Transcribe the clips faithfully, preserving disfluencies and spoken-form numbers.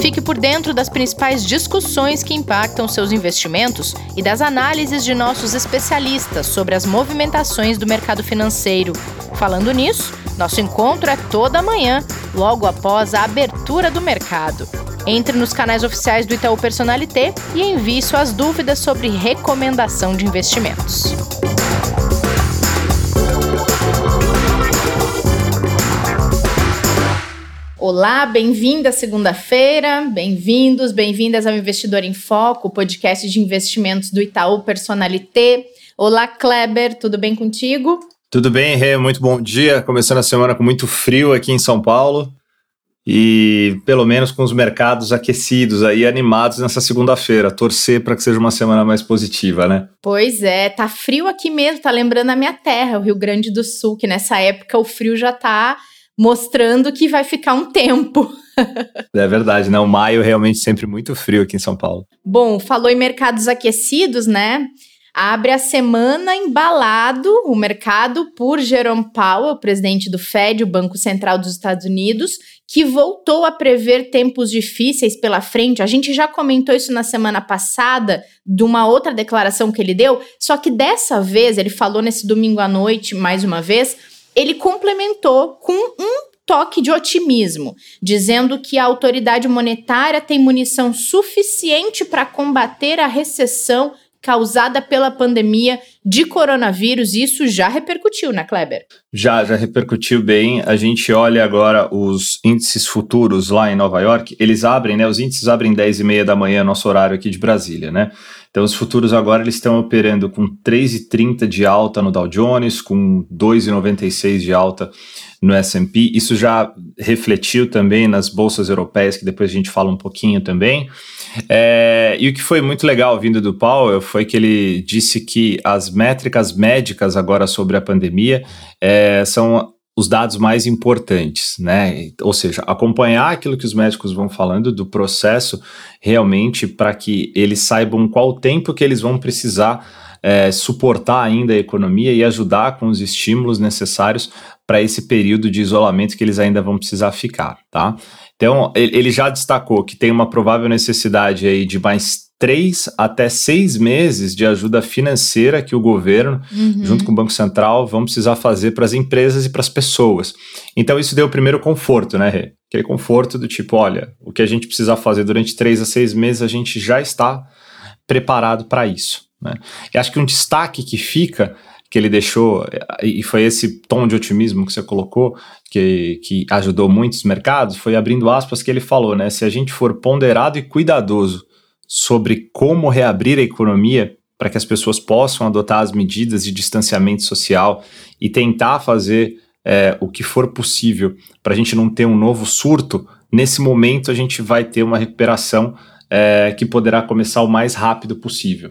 Fique por dentro das principais discussões que impactam seus investimentos e das análises de nossos especialistas sobre as movimentações do mercado financeiro. Falando nisso, nosso encontro é toda manhã, logo após a abertura do mercado. Entre nos canais oficiais do Itaú Personalité e envie suas dúvidas sobre recomendação de investimentos. Olá, bem-vinda à segunda-feira, bem-vindos, bem-vindas ao Investidor em Foco, o podcast de investimentos do Itaú Personalité. Olá, Kleber, tudo bem contigo? Tudo bem, Rê, muito bom dia. Começando a semana com muito frio aqui em São Paulo e pelo menos com os mercados aquecidos aí, animados nessa segunda-feira. Torcer para que seja uma semana mais positiva, né? Pois é, tá frio aqui mesmo, tá lembrando a minha terra, o Rio Grande do Sul, que nessa época o frio já tá mostrando que vai ficar um tempo. É verdade, né? O maio é realmente sempre muito frio aqui em São Paulo. Bom, falou em mercados aquecidos, né? Abre a semana embalado o mercado por Jerome Powell, presidente do Fed, o Banco Central dos Estados Unidos, que voltou a prever tempos difíceis pela frente. A gente já comentou isso na semana passada, de uma outra declaração que ele deu, só que dessa vez, ele falou nesse domingo à noite, mais uma vez, ele complementou com um toque de otimismo, dizendo que a autoridade monetária tem munição suficiente para combater a recessão causada pela pandemia de coronavírus. Isso já repercutiu, né, Kleber? Já, já repercutiu bem. A gente olha agora os índices futuros lá em Nova York, eles abrem, né? Os índices abrem dez e meia da manhã, nosso horário aqui de Brasília, né? Então os futuros agora eles estão operando com três vírgula trinta de alta no Dow Jones, com dois vírgula noventa e seis de alta no S and P. Isso já refletiu também nas bolsas europeias, que depois a gente fala um pouquinho também. É, e o que foi muito legal vindo do Powell foi que ele disse que as métricas médicas agora sobre a pandemia é, são os dados mais importantes, né? Ou seja, acompanhar aquilo que os médicos vão falando do processo realmente para que eles saibam qual o tempo que eles vão precisar é, suportar ainda a economia e ajudar com os estímulos necessários para esse período de isolamento que eles ainda vão precisar ficar, tá? Então, ele já destacou que tem uma provável necessidade aí de mais três até seis meses de ajuda financeira que o governo, uhum. junto com o Banco Central, vão precisar fazer para as empresas e para as pessoas. Então, isso deu o primeiro conforto, né, Rê? Aquele conforto do tipo, olha, o que a gente precisa fazer durante três a seis meses, a gente já está preparado para isso, né? E acho que um destaque que fica, que ele deixou, e foi esse tom de otimismo que você colocou, que, que ajudou muitos mercados, foi abrindo aspas que ele falou, né? Se a gente for ponderado e cuidadoso sobre como reabrir a economia para que as pessoas possam adotar as medidas de distanciamento social e tentar fazer é, o que for possível para a gente não ter um novo surto, nesse momento a gente vai ter uma recuperação é, que poderá começar o mais rápido possível.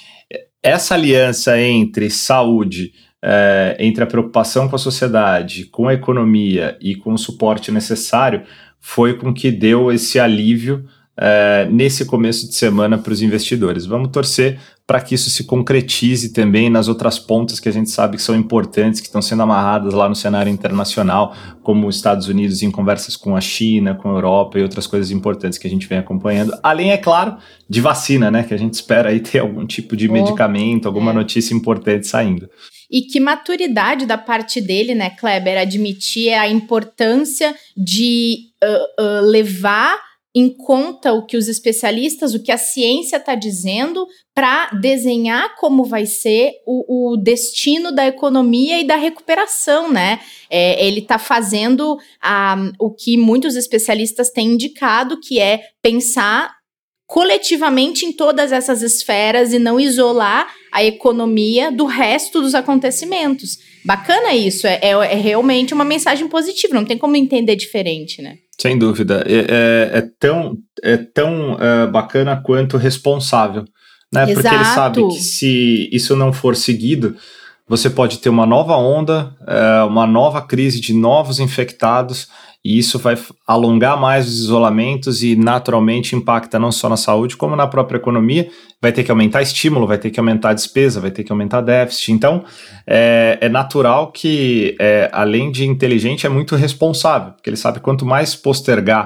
Essa aliança entre saúde, é, entre a preocupação com a sociedade, com a economia e com o suporte necessário, foi com que deu esse alívio é, nesse começo de semana para os investidores. Vamos torcer para que isso se concretize também nas outras pontas que a gente sabe que são importantes, que estão sendo amarradas lá no cenário internacional, como os Estados Unidos em conversas com a China, com a Europa e outras coisas importantes que a gente vem acompanhando. Além, é claro, de vacina, né? Que a gente espera aí ter algum tipo de oh, medicamento, alguma é. notícia importante saindo. E que maturidade da parte dele, né, Kleber, admitir a importância de uh, uh, levar em conta o que os especialistas, o que a ciência está dizendo, para desenhar como vai ser o, o destino da economia e da recuperação, né? É, ele está fazendo um, o que muitos especialistas têm indicado, que é pensar coletivamente em todas essas esferas e não isolar a economia do resto dos acontecimentos. Bacana isso, é, é, é realmente uma mensagem positiva, não tem como entender diferente, né? Sem dúvida, é, é, é tão, é tão é, bacana quanto responsável, né? Exato. Porque ele sabe que se isso não for seguido, você pode ter uma nova onda, é, uma nova crise de novos infectados, e isso vai alongar mais os isolamentos e naturalmente impacta não só na saúde como na própria economia. Vai ter que aumentar estímulo, vai ter que aumentar a despesa, vai ter que aumentar déficit. Então é, é natural que, é, além de inteligente, é muito responsável, porque ele sabe que quanto mais postergar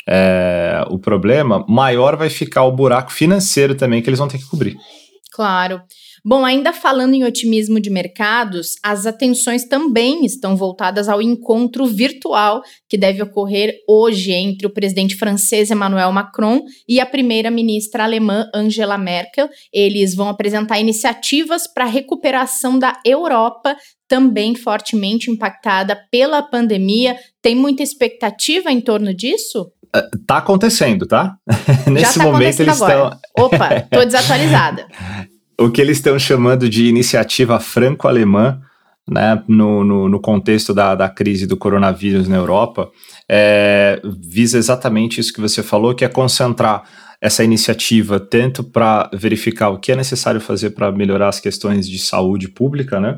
é, o problema, maior vai ficar o buraco financeiro também que eles vão ter que cobrir. Claro. Bom, ainda falando em otimismo de mercados, as atenções também estão voltadas ao encontro virtual que deve ocorrer hoje entre o presidente francês Emmanuel Macron e a primeira-ministra alemã Angela Merkel. Eles vão apresentar iniciativas para a recuperação da Europa, também fortemente impactada pela pandemia. Tem muita expectativa em torno disso? Tá acontecendo, tá? Nesse Já tá momento eles agora. estão... Opa, tô desatualizada. O que eles estão chamando de iniciativa franco-alemã, né, no, no, no contexto da, da crise do coronavírus na Europa, é, visa exatamente isso que você falou, que é concentrar essa iniciativa tanto para verificar o que é necessário fazer para melhorar as questões de saúde pública, né,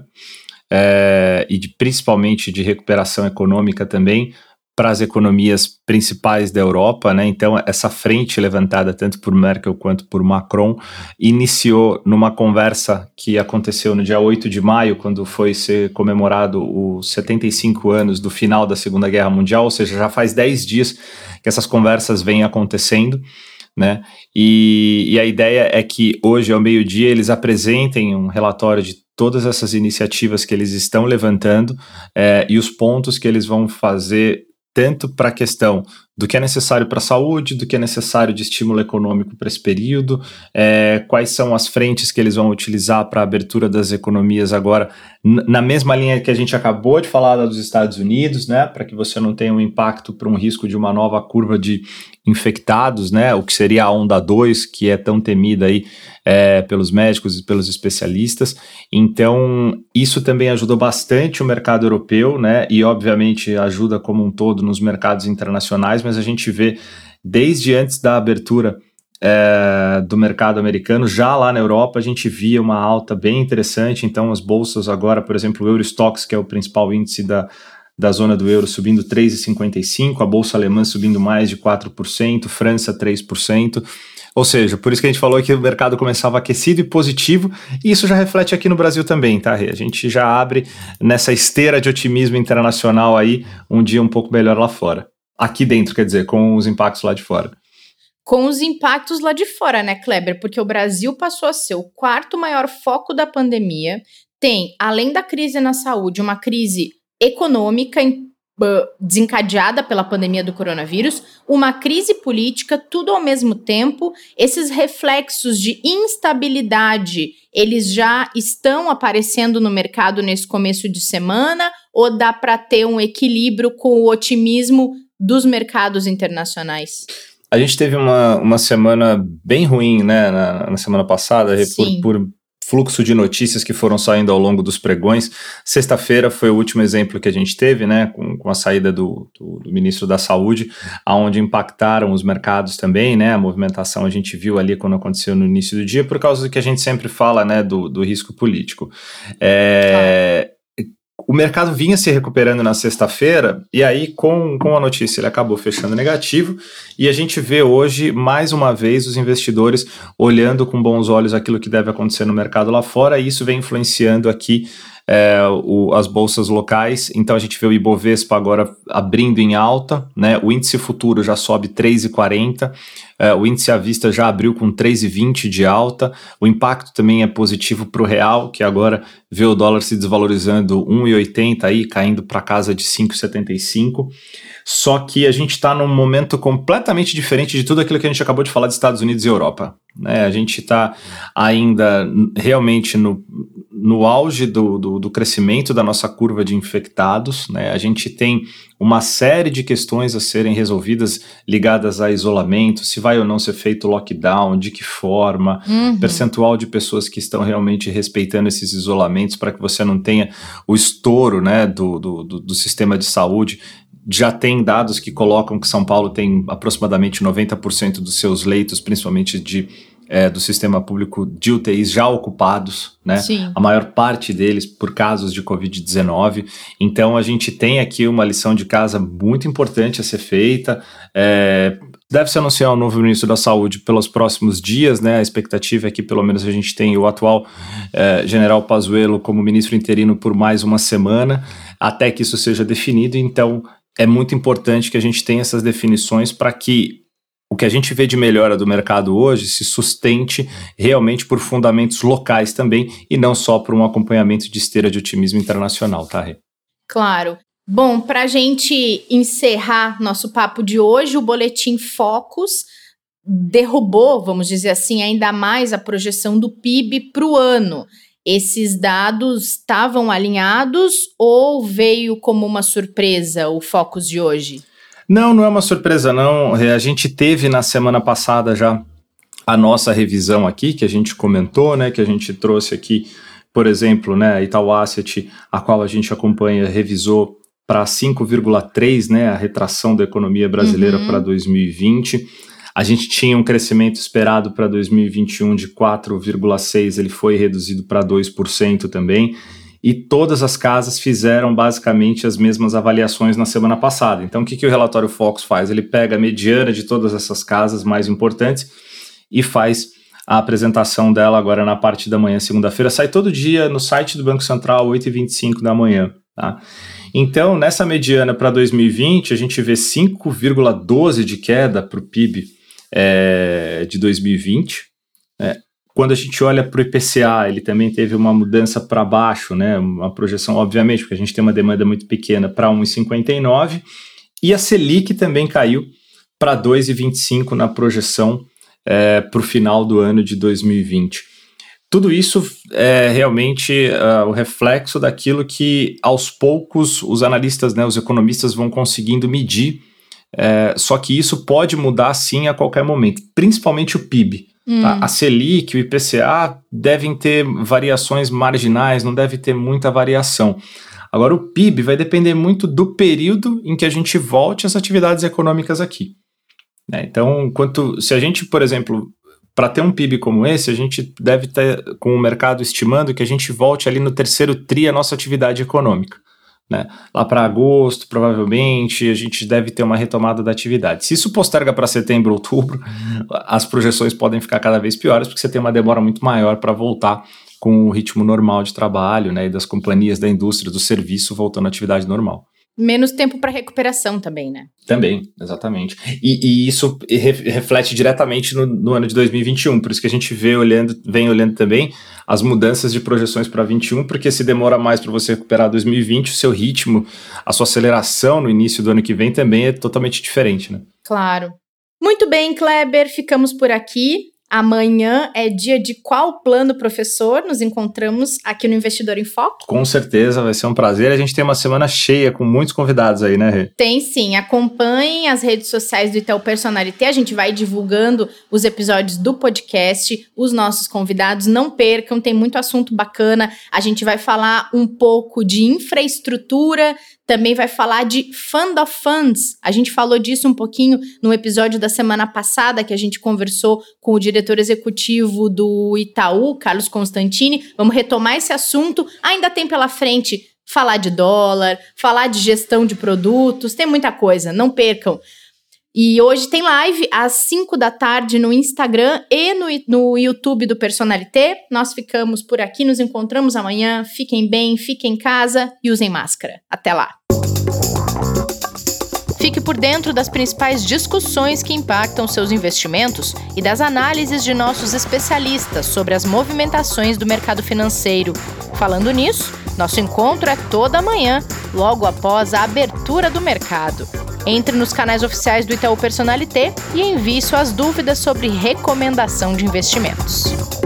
é, e de, principalmente de recuperação econômica também, para as economias principais da Europa, né? Então essa frente levantada tanto por Merkel quanto por Macron iniciou numa conversa que aconteceu no dia oito de maio, quando foi ser comemorado os setenta e cinco anos do final da Segunda Guerra Mundial, ou seja, já faz dez dias que essas conversas vêm acontecendo, né? E, e a ideia é que hoje ao meio-dia eles apresentem um relatório de todas essas iniciativas que eles estão levantando é, e os pontos que eles vão fazer tanto para a questão do que é necessário para a saúde, do que é necessário de estímulo econômico para esse período, é, quais são as frentes que eles vão utilizar para a abertura das economias agora, n- na mesma linha que a gente acabou de falar da dos Estados Unidos, né, para que você não tenha um impacto para um risco de uma nova curva de infectados, né, o que seria a onda dois, que é tão temida aí é, pelos médicos e pelos especialistas. Então, isso também ajudou bastante o mercado europeu, né, e obviamente ajuda como um todo nos mercados internacionais, mas a gente vê desde antes da abertura é, do mercado americano, já lá na Europa a gente via uma alta bem interessante. Então as bolsas agora, por exemplo, o Eurostoxx, que é o principal índice da, da zona do euro, subindo três vírgula cinquenta e cinco por cento, a bolsa alemã subindo mais de quatro por cento, França três por cento, ou seja, por isso que a gente falou que o mercado começava aquecido e positivo, e isso já reflete aqui no Brasil também, tá, Rê? A gente já abre nessa esteira de otimismo internacional aí, um dia um pouco melhor lá fora. Aqui dentro, quer dizer, com os impactos lá de fora. Com os impactos lá de fora, né, Kleber? Porque o Brasil passou a ser o quarto maior foco da pandemia. Tem, além da crise na saúde, uma crise econômica desencadeada pela pandemia do coronavírus, uma crise política, tudo ao mesmo tempo. Esses reflexos de instabilidade, eles já estão aparecendo no mercado nesse começo de semana? Ou dá para ter um equilíbrio com o otimismo dos mercados internacionais? A gente teve uma, uma semana bem ruim, né, na, na semana passada, por, por fluxo de notícias que foram saindo ao longo dos pregões. Sexta-feira foi o último exemplo que a gente teve, né, com, com a saída do, do, do ministro da Saúde, onde impactaram os mercados também, né, a movimentação a gente viu ali quando aconteceu no início do dia, por causa do que a gente sempre fala, né, do, do risco político. É... Ah. O mercado vinha se recuperando na sexta-feira e aí com, com a notícia ele acabou fechando negativo e a gente vê hoje mais uma vez os investidores olhando com bons olhos aquilo que deve acontecer no mercado lá fora e isso vem influenciando aqui é, o, as bolsas locais. Então a gente vê o Ibovespa agora abrindo em alta, né? O índice futuro já sobe três vírgula quarenta, é, o índice à vista já abriu com três vírgula vinte de alta, o impacto também é positivo para o real, que agora vê o dólar se desvalorizando um vírgula oitenta aí, caindo para casa de cinco vírgula setenta e cinco. Só que a gente está num momento completamente diferente de tudo aquilo que a gente acabou de falar de Estados Unidos e Europa, né? A gente está ainda realmente no, no auge do, do, do crescimento da nossa curva de infectados, né? A gente tem uma série de questões a serem resolvidas ligadas a isolamento, se vai ou não ser feito lockdown, de que forma, uhum. percentual de pessoas que estão realmente respeitando esses isolamentos para que você não tenha o estouro, né, do, do, do, do sistema de saúde. Já tem dados que colocam que São Paulo tem aproximadamente noventa por cento dos seus leitos, principalmente de, é, do sistema público de U T Is já ocupados, né? Sim. A maior parte deles por casos de covid dezenove. Então a gente tem aqui uma lição de casa muito importante a ser feita. É, deve-se anunciar o novo ministro da Saúde pelos próximos dias, né? A expectativa é que pelo menos a gente tenha o atual é, general Pazuello como ministro interino por mais uma semana, até que isso seja definido. Então é muito importante que a gente tenha essas definições para que o que a gente vê de melhora do mercado hoje se sustente realmente por fundamentos locais também e não só por um acompanhamento de esteira de otimismo internacional, tá, Rê? Claro. Bom, para a gente encerrar nosso papo de hoje, o Boletim Focus derrubou, vamos dizer assim, ainda mais a projeção do P I B para o ano. Esses dados estavam alinhados ou veio como uma surpresa o Focus de hoje? Não, não é uma surpresa não. A gente teve na semana passada já a nossa revisão aqui, que a gente comentou, né, que a gente trouxe aqui, por exemplo, né, a Itaú Asset, a qual a gente acompanha, revisou para cinco vírgula três, né, a retração da economia brasileira uhum. para dois mil e vinte. A gente tinha um crescimento esperado para dois mil e vinte e um de quatro vírgula seis, ele foi reduzido para dois por cento também. E todas as casas fizeram basicamente as mesmas avaliações na semana passada. Então, o que, que o relatório Focus faz? Ele pega a mediana de todas essas casas mais importantes e faz a apresentação dela agora na parte da manhã, segunda-feira. Sai todo dia no site do Banco Central, oito e vinte e cinco da manhã. Tá? Então, nessa mediana para dois mil e vinte, a gente vê cinco vírgula doze de queda para o P I B é, de dois mil e vinte, né? Quando a gente olha para o I P C A, ele também teve uma mudança para baixo, né? Uma projeção, obviamente, porque a gente tem uma demanda muito pequena, para um vírgula cinquenta e nove, e a Selic também caiu para dois vírgula vinte e cinco na projeção é, para o final do ano de dois mil e vinte. Tudo isso é realmente uh, o reflexo daquilo que, aos poucos, os analistas, né, os economistas vão conseguindo medir, é, só que isso pode mudar, sim, a qualquer momento, principalmente o P I B. Hum. Tá? A Selic, o I P C A devem ter variações marginais, não deve ter muita variação. Agora, o P I B vai depender muito do período em que a gente volte às atividades econômicas aqui. Né? Então, quanto, se a gente, por exemplo, para ter um P I B como esse, a gente deve ter, com o mercado estimando que a gente volte ali no terceiro tri a nossa atividade econômica. Né? Lá para agosto, provavelmente, a gente deve ter uma retomada da atividade. Se isso posterga para setembro, outubro, as projeções podem ficar cada vez piores, porque você tem uma demora muito maior para voltar com o ritmo normal de trabalho, né? E das companhias, da indústria, do serviço voltando à atividade normal. Menos tempo para recuperação também, né? Também, exatamente. E, e isso re, reflete diretamente no, no ano de dois mil e vinte e um, por isso que a gente vê olhando, vem olhando também as mudanças de projeções para vinte e um, porque se demora mais para você recuperar dois mil e vinte, o seu ritmo, a sua aceleração no início do ano que vem também é totalmente diferente, né? Claro. Muito bem, Kleber, ficamos por aqui. Amanhã é dia de qual plano, professor? Nos encontramos aqui no Investidor em Foco? Com certeza, vai ser um prazer. A gente tem uma semana cheia com muitos convidados aí, né, Rê? Tem sim. Acompanhem as redes sociais do Itaú Personalité. A gente vai divulgando os episódios do podcast, os nossos convidados. Não percam, tem muito assunto bacana. A gente vai falar um pouco de infraestrutura, também vai falar de Fund of Funds. A gente falou disso um pouquinho no episódio da semana passada, que a gente conversou com o diretor executivo do Itaú, Carlos Constantini. Vamos retomar esse assunto. Ainda tem pela frente falar de dólar, falar de gestão de produtos, tem muita coisa, não percam. E hoje tem live às cinco da tarde no Instagram e no, no YouTube do Personalité. Nós ficamos por aqui, nos encontramos amanhã. Fiquem bem, fiquem em casa e usem máscara. Até lá! Fique por dentro das principais discussões que impactam seus investimentos e das análises de nossos especialistas sobre as movimentações do mercado financeiro. Falando nisso, nosso encontro é toda manhã, logo após a abertura do mercado. Entre nos canais oficiais do Itaú Personalité e envie suas dúvidas sobre recomendação de investimentos.